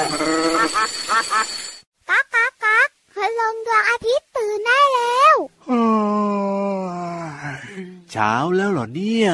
ก๊ากก๊ากก๊ากพลังดวงอาทิตย์ตื่นได้แล้วเช้าแล้วเหรอเนี่ย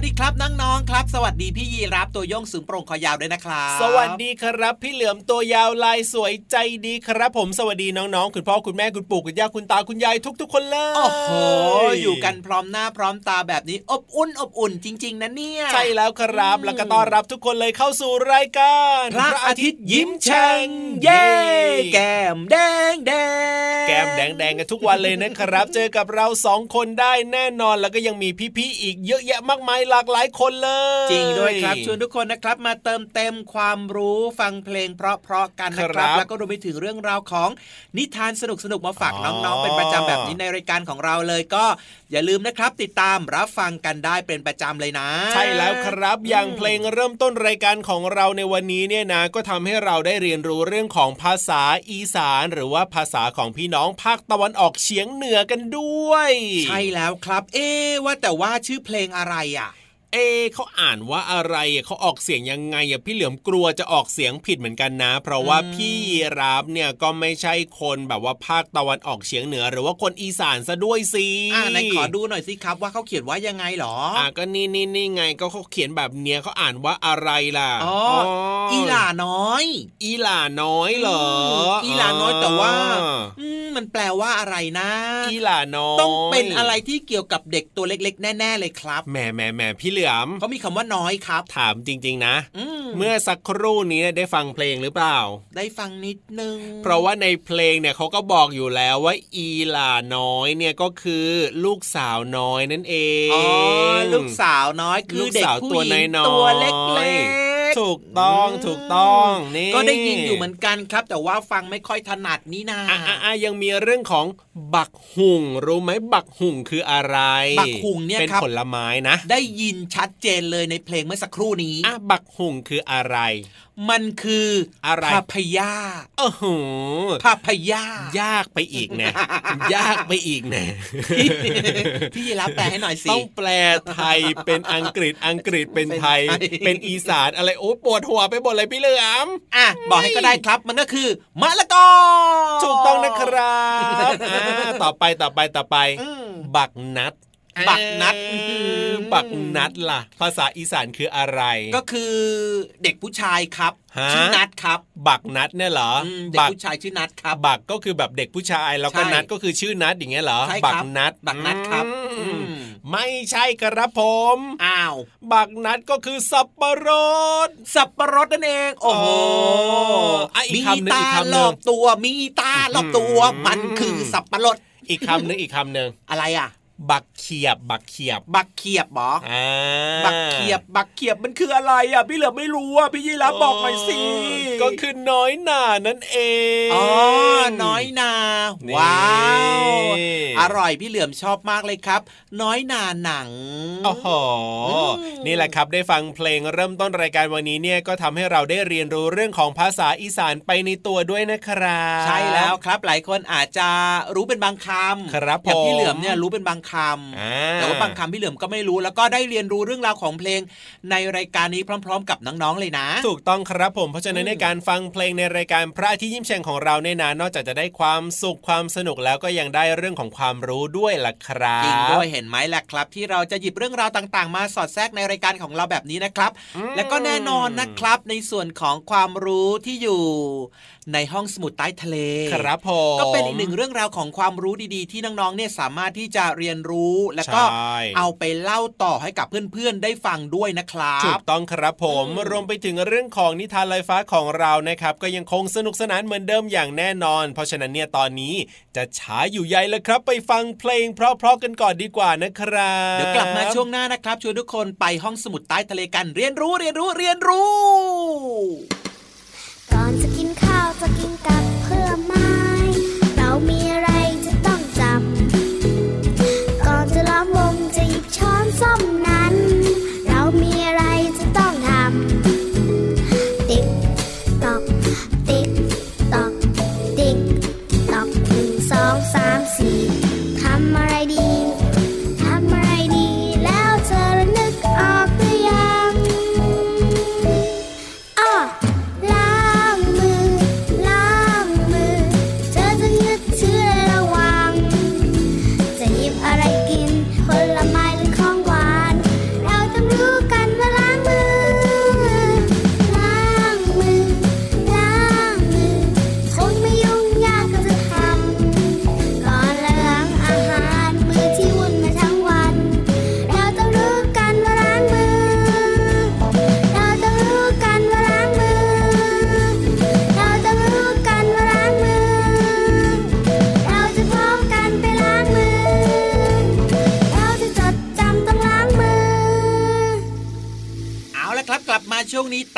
ดีครับน้องๆครับสวัสดีพี่ยีรับตัวโยงสูงโปร่งคอยาวด้วยนะครับสวัสดีครับพี่เหลือมตัวยาวลายสวยใจดีครับผมสวัสดีน้องๆคุณพ่อคุณแม่คุณปู่คุณย่าคุณตาคุณยายทุกๆคนเลยโอ้โหอยู่กันพร้อมหน้าพร้อมตาแบบนี้อบอุ่นจริงๆนะเนี่ยใช่แล้วครับแล้วก็ต้อนรับทุกคนเลยเข้าสู่รายการพระอาทิตย์ยิ้มแฉ่งเย้แก้มแดงแก้มแดงกันทุกวันเลยนะครับเจอกับเรา2คนได้แน่นอนแล้วก็ยังมีพี่ๆอีกเยอะแยะมากมายหลากหลายคนเลยจริงด้วยครับชวนทุกคนนะครับมาเติมเต็มความรู้ฟังเพลงเพราะๆกันนะครับแล้วก็รวมไปถึงเรื่องราวของนิทานสนุกๆมาฝากน้องๆเป็นประจำแบบนี้ในรายการของเราเลยก็อย่าลืมนะครับติดตามรับฟังกันได้เป็นประจำเลยนะใช่แล้วครับอย่างเพลงเริ่มต้นรายการของเราในวันนี้เนี่ยนะก็ทำให้เราได้เรียนรู้เรื่องของภาษาอีสานหรือว่าภาษาของพี่น้องภาคตะวันออกเฉียงเหนือกันด้วยใช่แล้วครับว่าแต่ว่าชื่อเพลงอะไรอ่ะเขาอ่านว่าอะไรเขาออกเสียงยังไงพี่เหลือมกลัวจะออกเสียงผิดเหมือนกันนะเพราะว่าพี่รับเนี่ยก็ไม่ใช่คนแบบว่าภาคตะวันออกเฉียงเหนือหรือว่าคนอีสานซะด้วยสิไหนขอดูหน่อยสิครับว่าเขาเขียนว่ายังไงหรอก็นี่ไงก็เขาเขียนแบบเนี้ยเขาอ่านว่าอะไรล่ะอีหล่าน้อยอีหล่าน้อยเหรออีหล่าน้อยแต่ว่ามันแปลว่าอะไรนะอีหล่าน้อยต้องเป็นอะไรที่เกี่ยวกับเด็กตัวเล็กๆแน่ๆเลยครับแหมพี่เหลือมเขามีคำว่าน้อยครับถามจริงๆนะเมื่อสักครู่นี้ได้ฟังเพลงหรือเปล่าได้ฟังนิดนึงเพราะว่าในเพลงเนี่ยเขาก็บอกอยู่แล้วว่าอีหล่าน้อยเนี่ยก็คือลูกสาวน้อยนั่นเองลูกสาวน้อยคือเด็กผู้หญิงตัวเล็กๆถูกต้องนี่ก็ได้ยินอยู่เหมือนกันครับแต่ว่าฟังไม่ค่อยถนัดนี่นายังมีเรื่องของบักหุ่งรู้ไหมบักหุ่งคืออะไรบักหุ่งเนี่ยเป็นผลไม้นะได้ยินชัดเจนเลยในเพลงเมื่อสักครู่นี้บักหุ่งคืออะไรมันคืออะไรพาพยาพาพยายากไปอีกนะยากไปอีกนะพี่รับแปลให้หน่อยสิต้องแปลไทยเป็นอังกฤษเป็นไทยเป็นอีสานอะไรโอ้ปวดหัวไปหมดเลยพี่เหลือมบอกให้ก็ได้ครับมันก็คือมะละกอถูกต้องนะครับต่อไปบักนัดบักนัดล่ะภาษาอีสานคืออะไรก็คือเด็กผู้ชายครับชื่อนัดครับบักนัดเนี่ยเหรอเด็กผู้ชายชื่อนัดครับบักก็คือแบบเด็กผู้ชายแล้วก็นัดก็คือชื่อนัดอย่างเงี้ยเหรอบักนัดครับไม่ใช่ครับผมบักนัดก็คือสับปะรดนั่นเองโอ้โหมีตาหลบตัวมันคือสับปะรดอีกคำนึงอะไรอ่ะบักเขียบหรอบักเขียบบักเขียบมันคืออะไรอ่ะพี่เหลือไม่รู้อ่ะพี่ยีรับบอกหน่อยสิก็คือน้อยหน่านั่นเองน้อยหน่าว้าวอร่อยพี่เหลือมชอบมากเลยครับน้อยหน่าหนังโอ้โหนี่แหละครับได้ฟังเพลงเริ่มต้นรายการวันนี้เนี่ยก็ทำให้เราได้เรียนรู้เรื่องของภาษาอีสานไปในตัวด้วยนะครับใช่แล้วครับหลายคนอาจจะรู้เป็นบางคำครับอย่างพี่เหลือมเนี่ยรู้เป็นบางคำแต่ว่าบางคำพี่เหลือมก็ไม่รู้แล้วก็ได้เรียนรู้เรื่องราวของเพลงในรายการนี้พร้อมๆกับน้องๆเลยนะถูกต้องครับผมเพราะฉะนั้นในการฟังเพลงในรายการพระอาทิตย์ยิ้มแฉ่งของเราเนี่ยนะนอกจากจะได้ความสุขความสนุกแล้วก็ยังได้เรื่องของความรู้ด้วยล่ะครับจริงด้วยเห็นไหมล่ะครับที่เราจะหยิบเรื่องราวต่างๆมาสอดแทรกในรายการของเราแบบนี้นะครับและก็แน่นอนนะครับในส่วนของความรู้ที่อยู่ในห้องสมุดใต้ทะเลครับผมก็เป็นอีกหนึ่งเรื่องราวของความรู้ดีๆที่น้องๆเนี่ยสามารถที่จะเรียนรู้แล้วก็เอาไปเล่าต่อให้กับเพื่อนๆได้ฟังด้วยนะครับถูกต้องครับผมรวมไปถึงเรื่องของนิทานลอยฟ้าของเรานะครับก็ยังคงสนุกสนานเหมือนเดิมอย่างแน่นอนเพราะฉะนั้นเนี่ยตอนนี้จะช้าอยู่ใหญ่แล้วครับไปฟังเพลงเพราะๆกันก่อนดีกว่านะครับเดี๋ยวกลับมาช่วงหน้านะครับชวนทุกคนไปห้องสมุดใต้ทะเลกันเรียนรู้ก่อนจะกินข้าวจะกินกับเพื่อไม้เรามีอะไรจะต้องจำก่อนจะล้อมวงจะหยิบช้อนส้อมนั้นเรามีอะไรจะต้องทำติ๊กตอกติ๊กตอกติ๊กตอก1 2 3 4ทำอะไรดีแล้วเธอนึกออกหรือยัง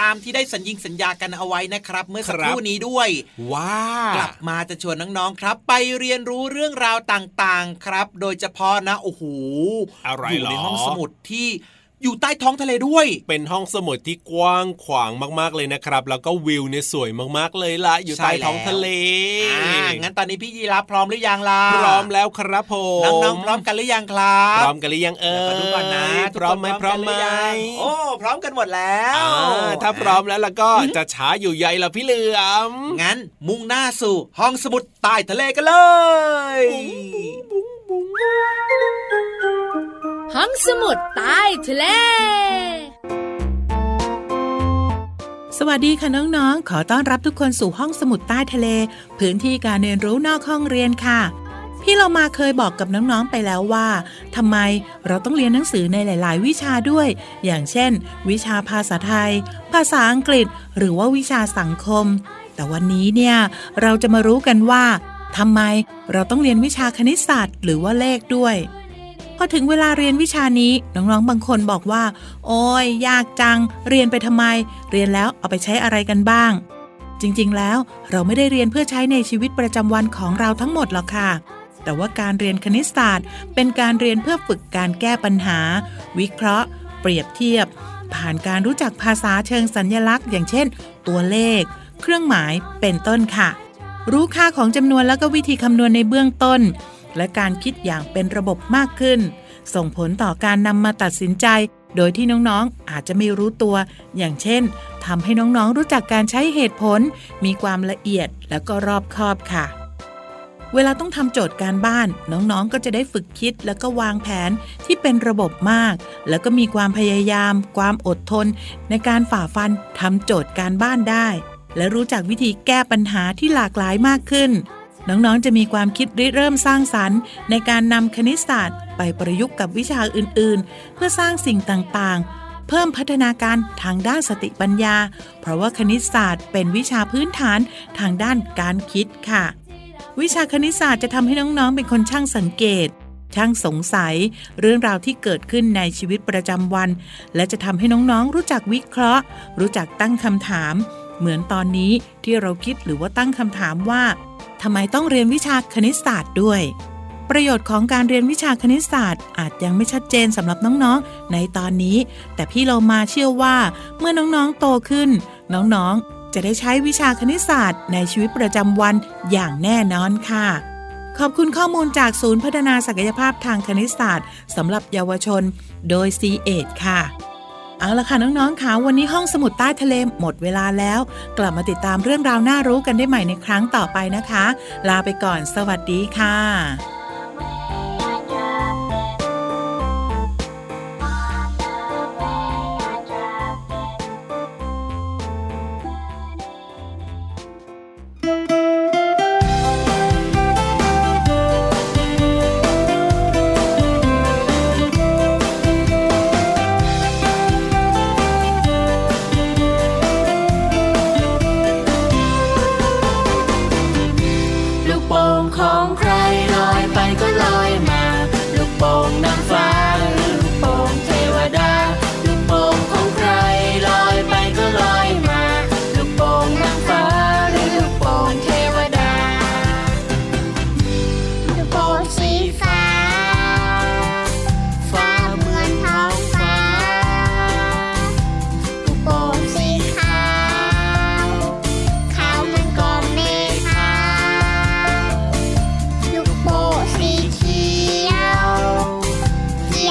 ามที่ได้สัญญากันเอาไว้นะครับเมื่อสักครู่นี้ด้วยว้ากลับมาจะชวนน้องๆครับไปเรียนรู้เรื่องราวต่างๆครับโดยเฉพาะนะโอ้โหอยู่ในห้องสมุดที่อยู่ใต้ท้องทะเลด้วยเป็นห้องสมุดที่กว้างขวางมากๆเลยนะครับแล้วก็วิวเนี่ยสวยมากๆเลยล่ะอยู่ใต้ท้องทะเลงั้นตอนนี้พี่ยีรับพร้อมหรือยังล่ะพร้อมแล้วครับผมน้องๆพร้อมกันหรือยังครับพร้อมกันหรือยังดูก่อนนะพร้อมไหมพร้อมไหมโอ้พร้อมกันหมดแล้วถ้าพร้อมแล้วก็จะช้าอยู่ใยล่ะพี่เหลือมงั้นมุ่งหน้าสู่ห้องสมุดใต้ทะเลกันเลยห้องสมุดใต้ทะเลสวัสดีค่ะน้องๆขอต้อนรับทุกคนสู่ห้องสมุดใต้ทะเลพื้นที่การเรียนรู้นอกห้องเรียนค่ะพี่เรามาเคยบอกกับน้องๆไปแล้วว่าทำไมเราต้องเรียนหนังสือในหลายๆวิชาด้วยอย่างเช่นวิชาภาษาไทยภาษาอังกฤษหรือว่าวิชาสังคมแต่วันนี้เนี่ยเราจะมารู้กันว่าทำไมเราต้องเรียนวิชาคณิตศาสตร์หรือว่าเลขด้วยพอถึงเวลาเรียนวิชานี้น้องๆบางคนบอกว่าโอ๊ยยากจังเรียนไปทำไมเรียนแล้วเอาไปใช้อะไรกันบ้างจริงๆแล้วเราไม่ได้เรียนเพื่อใช้ในชีวิตประจำวันของเราทั้งหมดหรอกค่ะแต่ว่าการเรียนคณิตศาสตร์เป็นการเรียนเพื่อฝึกการแก้ปัญหาวิเคราะห์เปรียบเทียบผ่านการรู้จักภาษาเชิงสัญลักษณ์อย่างเช่นตัวเลขเครื่องหมายเป็นต้นค่ะรู้ค่าของจำนวนแล้วก็วิธีคำนวณในเบื้องต้นและการคิดอย่างเป็นระบบมากขึ้นส่งผลต่อการนำมาตัดสินใจโดยที่น้องๆอาจจะไม่รู้ตัวอย่างเช่นทำให้น้องๆรู้จักการใช้เหตุผลมีความละเอียดแล้วก็รอบคอบค่ะเวลาต้องทำโจทย์การบ้านน้องๆก็จะได้ฝึกคิดแล้วก็วางแผนที่เป็นระบบมากแล้วก็มีความพยายามความอดทนในการฝ่าฟันทำโจทย์การบ้านได้และรู้จักวิธีแก้ปัญหาที่หลากหลายมากขึ้นน้องๆจะมีความคิดริเริ่มสร้างสรรค์ในการนำคณิตศาสตร์ไปประยุกต์กับวิชาอื่นๆเพื่อสร้างสิ่งต่างๆเพิ่มพัฒนาการทางด้านสติปัญญาเพราะว่าคณิตศาสตร์เป็นวิชาพื้นฐานทางด้านการคิดค่ะวิชาคณิตศาสตร์จะทำให้น้องๆเป็นคนช่างสังเกตช่างสงสัยเรื่องราวที่เกิดขึ้นในชีวิตประจำวันและจะทำให้น้องๆรู้จักวิเคราะห์รู้จักตั้งคำถามเหมือนตอนนี้ที่เราคิดหรือว่าตั้งคำถามว่าทำไมต้องเรียนวิชาคณิตศาสตร์ด้วยประโยชน์ของการเรียนวิชาคณิตศาสตร์อาจยังไม่ชัดเจนสำหรับน้องๆในตอนนี้แต่พี่เรามาเชื่อว่าเมื่อน้องๆโตขึ้นน้องๆจะได้ใช้วิชาคณิตศาสตร์ในชีวิตประจำวันอย่างแน่นอนค่ะขอบคุณข้อมูลจากศูนย์พัฒนาศักยภาพทางคณิตศาสตร์สำหรับเยาวชนโดย C8 ค่ะเอาล่ะค่ะน้องๆค่ะวันนี้ห้องสมุดใต้ทะเลหมดเวลาแล้วกลับมาติดตามเรื่องราวน่ารู้กันได้ใหม่ในครั้งต่อไปนะคะลาไปก่อนสวัสดีค่ะส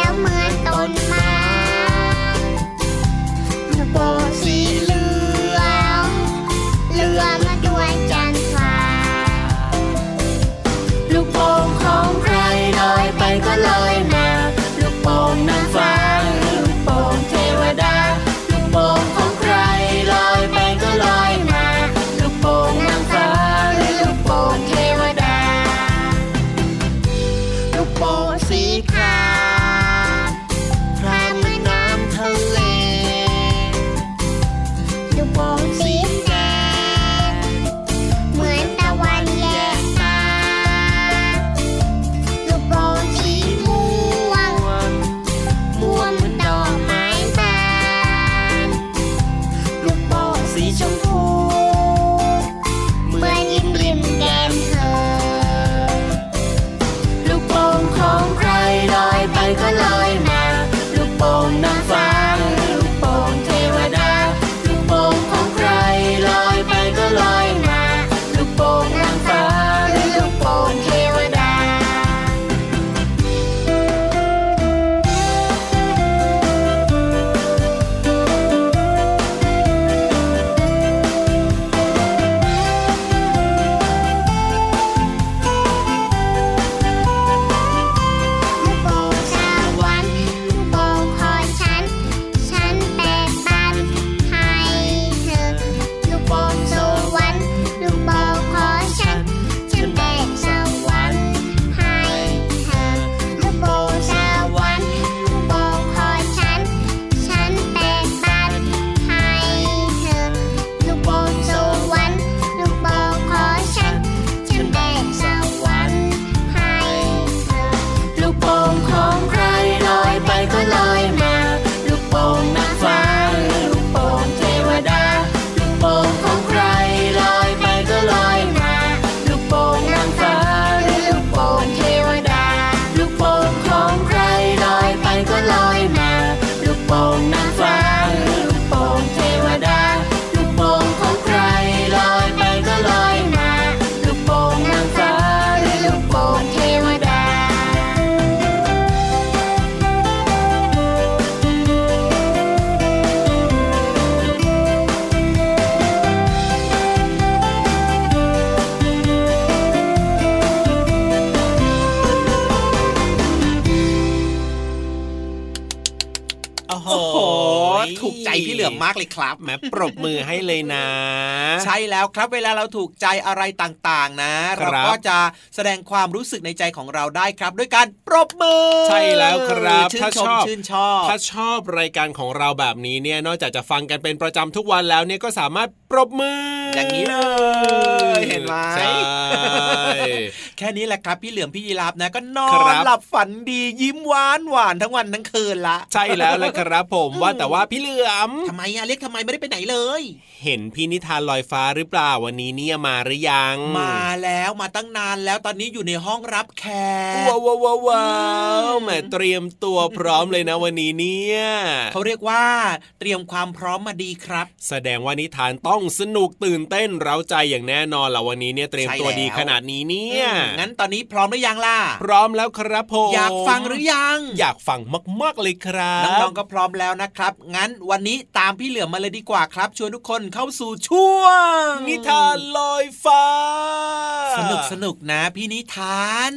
ถูกใจพี่เหลือมมากเลยครับแหมปรบมือให้เลยนะใช่แล้วครับเวลาเราถูกใจอะไรต่างๆนะเราก็จะแสดงความรู้สึกในใจของเราได้ครับด้วยการปรบมือใช่แล้วครับถ้าชอบรายการของเราแบบนี้เนี่ยนอกจากจะฟังกันเป็นประจำทุกวันแล้วเนี่ยก็สามารถปรบมืออย่างนี้เลยเห็นไหมใช่แค่นี้แหละครับพี่เหลือมพี่ยีราฟนะก็นอนหลับฝันดียิ้มหวานทั้งวันทั้งคืนละใช่แล้วละครับผมว่าแต่ว่าพี่เหลือมทำไมเรียกทำไมไม่ได้ไปไหนเลยเห็นพี่นิทานลอยฟ้าหรือเปล่าวันนี้เนี่ยมาหรือยังมาแล้วมาตั้งนานแล้วตอนนี้อยู่ในห้องรับแขกว้าวแหมเตรียมตัวพร้อมเลยนะวันนี้เนี่ยเขาเรียกว่าเตรียมความพร้อมมาดีครับแสดงว่านิทานต้องสนุกตื่นเต้นเร้าใจอย่างแน่นอนล่ะวันนี้เนี่ยเตรียมตัวดีขนาดนี้เนี่ยงั้นตอนนี้พร้อมหรือยังล่ะพร้อมแล้วครับผมอยากฟังหรือยังอยากฟังมากๆเลยครับน้องๆก็พร้อมแล้วนะครับงั้นวันนี้ตามพี่เหลือมมาเลยดีกว่าครับชวนทุกคนเข้าสู่ช่วงนิทานลอยฟ้าสนุกนะพี่นิทาน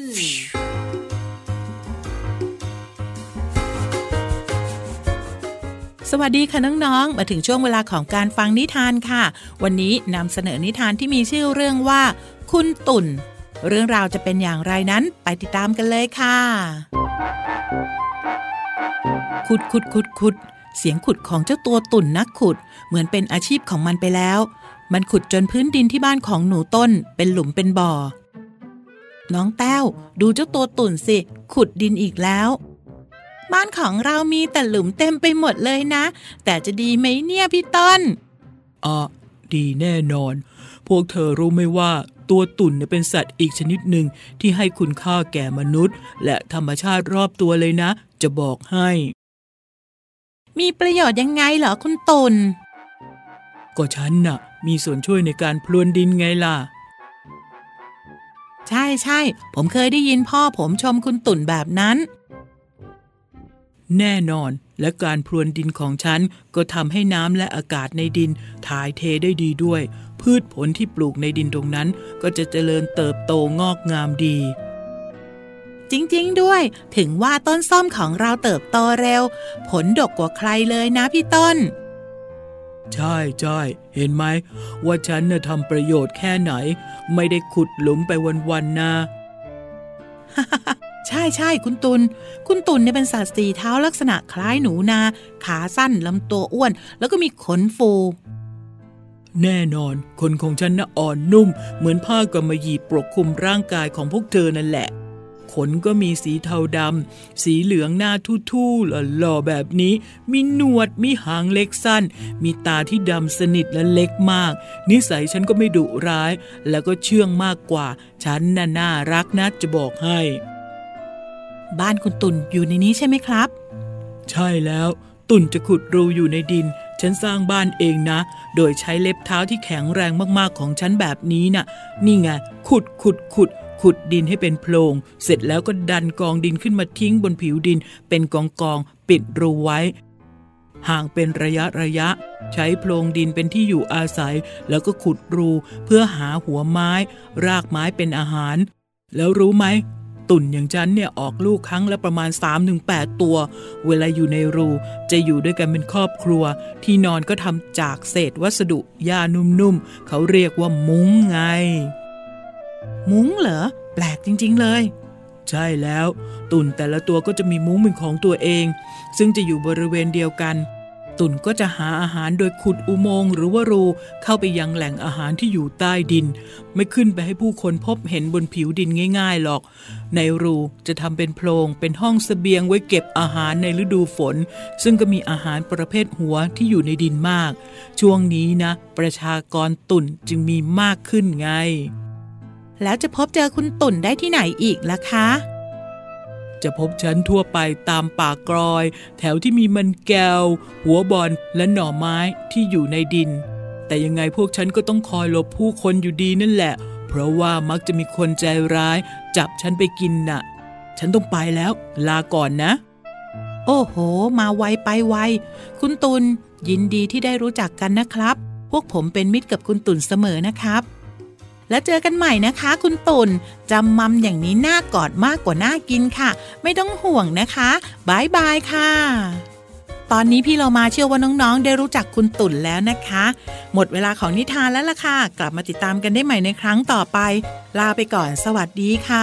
สวัสดีค่ะน้องๆมาถึงช่วงเวลาของการฟังนิทานค่ะวันนี้นำเสนอนิทานที่มีชื่อเรื่องว่าคุณตุ่นเรื่องราวจะเป็นอย่างไรนั้นไปติดตามกันเลยค่ะขุดเสียงขุดของเจ้าตัวตุ่นนักขุดเหมือนเป็นอาชีพของมันไปแล้วมันขุดจนพื้นดินที่บ้านของหนูต้นเป็นหลุมเป็นบ่อน้องแต้วดูเจ้าตัวตุ่นสิขุดดินอีกแล้วบ้านของเรามีแต่หลุมเต็มไปหมดเลยนะแต่จะดีไหมเนี่ยพี่ต้นดีแน่นอนพวกเธอรู้ไหมว่าตัวตุ่นเป็นสัตว์อีกชนิดหนึ่งที่ให้คุณค่าแก่มนุษย์และธรรมชาติรอบตัวเลยนะจะบอกให้มีประโยชน์ยังไงเหรอคุณตุ่นก็ฉันน่ะมีส่วนช่วยในการพรวนดินไงล่ะใช่ผมเคยได้ยินพ่อผมชมคุณตุ่นแบบนั้นแน่นอนและการพรวนดินของฉันก็ทำให้น้ำและอากาศในดินถ่ายเทได้ดีด้วยพืชผลที่ปลูกในดินตรงนั้นก็จะเจริญเติบโตงอกงามดีจริงๆด้วยถึงว่าต้นส้มของเราเติบโตเร็วผลดกกว่าใครเลยนะพี่ต้นใช่เห็นไหมว่าฉันน่ะทำประโยชน์แค่ไหนไม่ได้ขุดหลุมไปวันๆนะใช่คุณตุ่นเนี่ยเป็นสัตว์สี่เท้าลักษณะคล้ายหนูนาขาสั้นลำตัวอ้วนแล้วก็มีขนฟูแน่นอนขนของฉันน่ะอ่อนนุ่มเหมือนผ้ากำมะหยี่ปกคลุมร่างกายของพวกเธอนั่นแหละขนก็มีสีเทาดำสีเหลืองหน้าทู่ๆหล่อๆแบบนี้มีหนวดมีหางเล็กสั้นมีตาที่ดำสนิทและเล็กมากนิสัยฉันก็ไม่ดุร้ายแล้วก็เชื่องมากกว่าฉันน่ารักนะจะบอกให้บ้านคุณตุ่นอยู่ในนี้ใช่ไหมครับใช่แล้วตุ่นจะขุดรูอยู่ในดินฉันสร้างบ้านเองนะโดยใช้เล็บเท้าที่แข็งแรงมากๆของฉันแบบนี้น่ะนี่ไงขุดดินให้เป็นโพรงเสร็จแล้วก็ดันกองดินขึ้นมาทิ้งบนผิวดินเป็นกองปิดรูไว้ห่างเป็นระยะใช้โพรงดินเป็นที่อยู่อาศัยแล้วก็ขุดรูเพื่อหาหัวไม้รากไม้เป็นอาหารแล้วรู้ไหมตุ่นอย่างฉันเนี่ยออกลูกครั้งละประมาณ 3-8 ตัวเวลาอยู่ในรูจะอยู่ด้วยกันเป็นครอบครัวที่นอนก็ทำจากเศษวัสดุหญ้านุ่มๆเขาเรียกว่ามุ้งไงมุ้งเหรอแปลกจริงๆเลยใช่แล้วตุ่นแต่ละตัวก็จะมีมุ้งเป็นของตัวเองซึ่งจะอยู่บริเวณเดียวกันตุ่นก็จะหาอาหารโดยขุดอุโมงค์หรือว่ารูเข้าไปยังแหล่งอาหารที่อยู่ใต้ดินไม่ขึ้นไปให้ผู้คนพบเห็นบนผิวดินง่ายๆหรอกในรูจะทำเป็นโพรงเป็นห้องเสบียงไว้เก็บอาหารในฤดูฝนซึ่งก็มีอาหารประเภทหัวที่อยู่ในดินมากช่วงนี้นะประชากรตุ่นจึงมีมากขึ้นไงแล้วจะพบเจอคุณตุ่นได้ที่ไหนอีกล่ะคะจะพบฉันทั่วไปตามป่ากรอยแถวที่มีมันแก้วหัวบอนและหน่อไม้ที่อยู่ในดินแต่ยังไงพวกฉันก็ต้องคอยหลบผู้คนอยู่ดีนั่นแหละเพราะว่ามักจะมีคนใจร้ายจับฉันไปกินน่ะฉันต้องไปแล้วลาก่อนนะโอ้โหมาไวไปไวคุณตุ่นยินดีที่ได้รู้จักกันนะครับพวกผมเป็นมิตรกับคุณตุ่นเสมอนะครับแล้วเจอกันใหม่นะคะคุณตุ่นจำมัมอย่างนี้น่ากอดมากกว่าน่ากินค่ะไม่ต้องห่วงนะคะบ๊ายบายค่ะตอนนี้พี่เรามาเชื่อว่าน้องๆได้รู้จักคุณตุ่นแล้วนะคะหมดเวลาของนิทานแล้วล่ะค่ะกลับมาติดตามกันได้ใหม่ในครั้งต่อไปลาไปก่อนสวัสดีค่ะ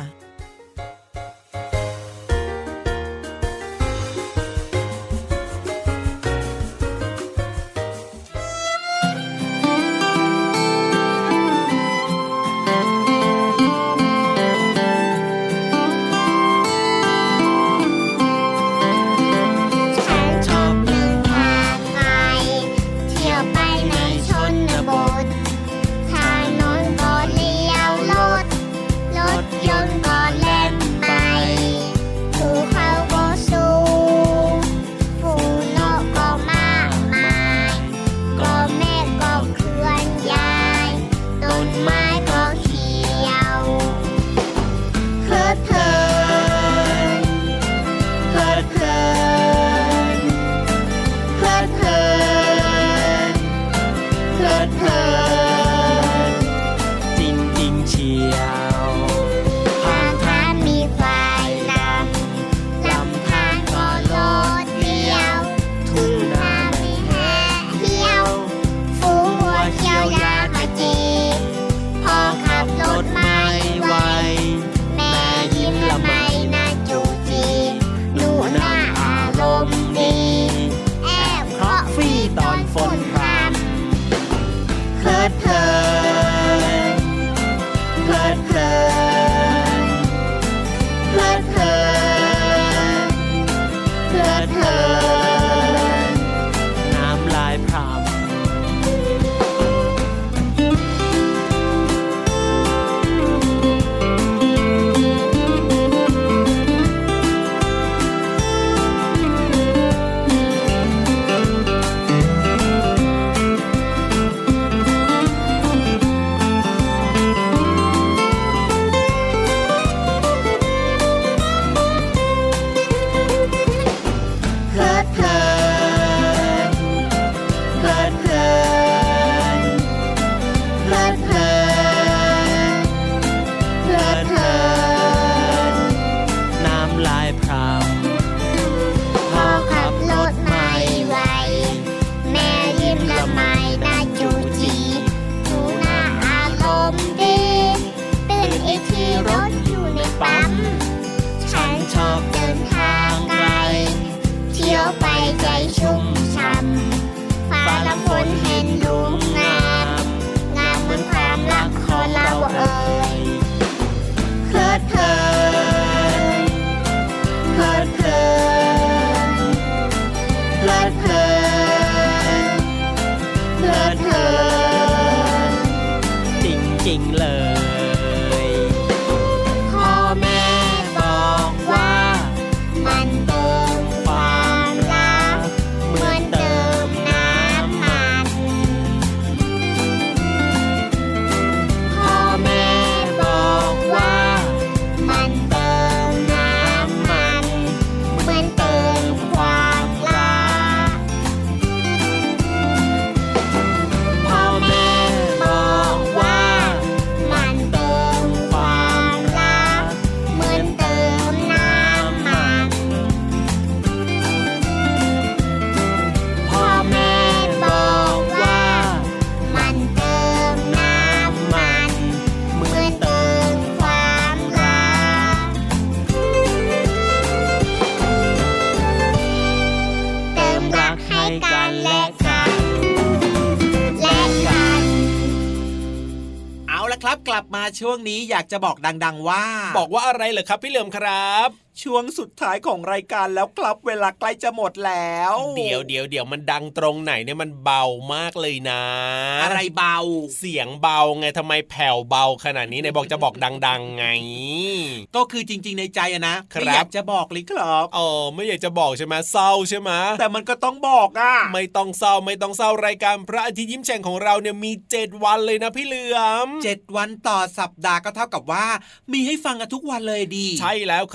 กลับมาช่วงนี้อยากจะบอกดังๆว่าบอกว่าอะไรเหรอครับพี่เหลือมครับช่วงสุดท้ายของรายการแล้วครับเวลาใกล้จะหมดแล้วเดี๋ยวมันดังตรงไหนเนี่ยมันเบามากเลยนะอะไรเบาเสียงเบาไงทำไมแผ่วเบาขนาดนี้ไหนบอกจะบอกดังๆไงก็คือจริงๆในใจนะไม่อยากจะบอกเลยครับไม่อยากจะบอกใช่ไหมเศร้าใช่ไหมแต่มันก็ต้องบอกอ่ะไม่ต้องเศร้ารายการพระอาทิตย์ยิ้มแฉ่งของเราเนี่ยมี7วันเลยนะพี่เหลือม 7วันต่อสัปดาห์ก็เท่ากับว่ามีให้ฟังกันทุกวันเลยดีใช่แล้วครับผม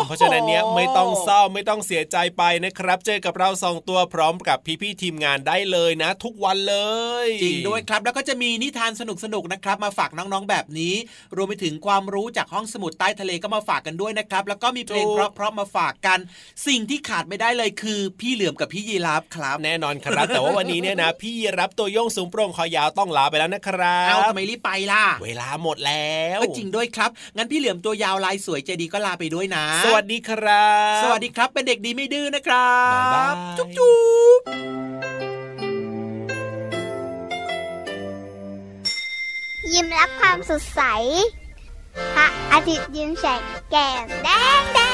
เพราะฉะนั้นเนี่ยไม่ต้องเศร้าไม่ต้องเสียใจไปนะครับเจอกับเรา2ตัวพร้อมกับพี่ๆทีมงานได้เลยนะทุกวันเลยจริงด้วยครับแล้วก็จะมีนิทานสนุกๆนะครับมาฝากน้องๆแบบนี้รวมไปถึงความรู้จากห้องสมุดใต้ทะเลก็มาฝากกันด้วยนะครับแล้วก็มีเพลงเพราะๆมาฝากกันสิ่งที่ขาดไม่ได้เลยคือพี่เหลือมกับพี่ยีราฟครับแน่นอนครับ แต่ว่าวันนี้เนี่ยนะพี่ยีราฟตัวโยงสูงโปร่งคอยาวต้องลาไปแล้วนะครับเอาทำไมรีบไปล่ะเวลาหมดแล้วจริงด้วยครับงั้นพี่เหลือมตัวยาวลายสวยใจดีก็ลาไปด้วยนะสวัสดีครับสวัสดีครับเป็นเด็กดีไม่ดื้อนะครับบ๊ายบายจุ๊บจุ๊บยิ้มรับความสดใสพระอาทิตย์ยิ้มแฉกแก้มแดง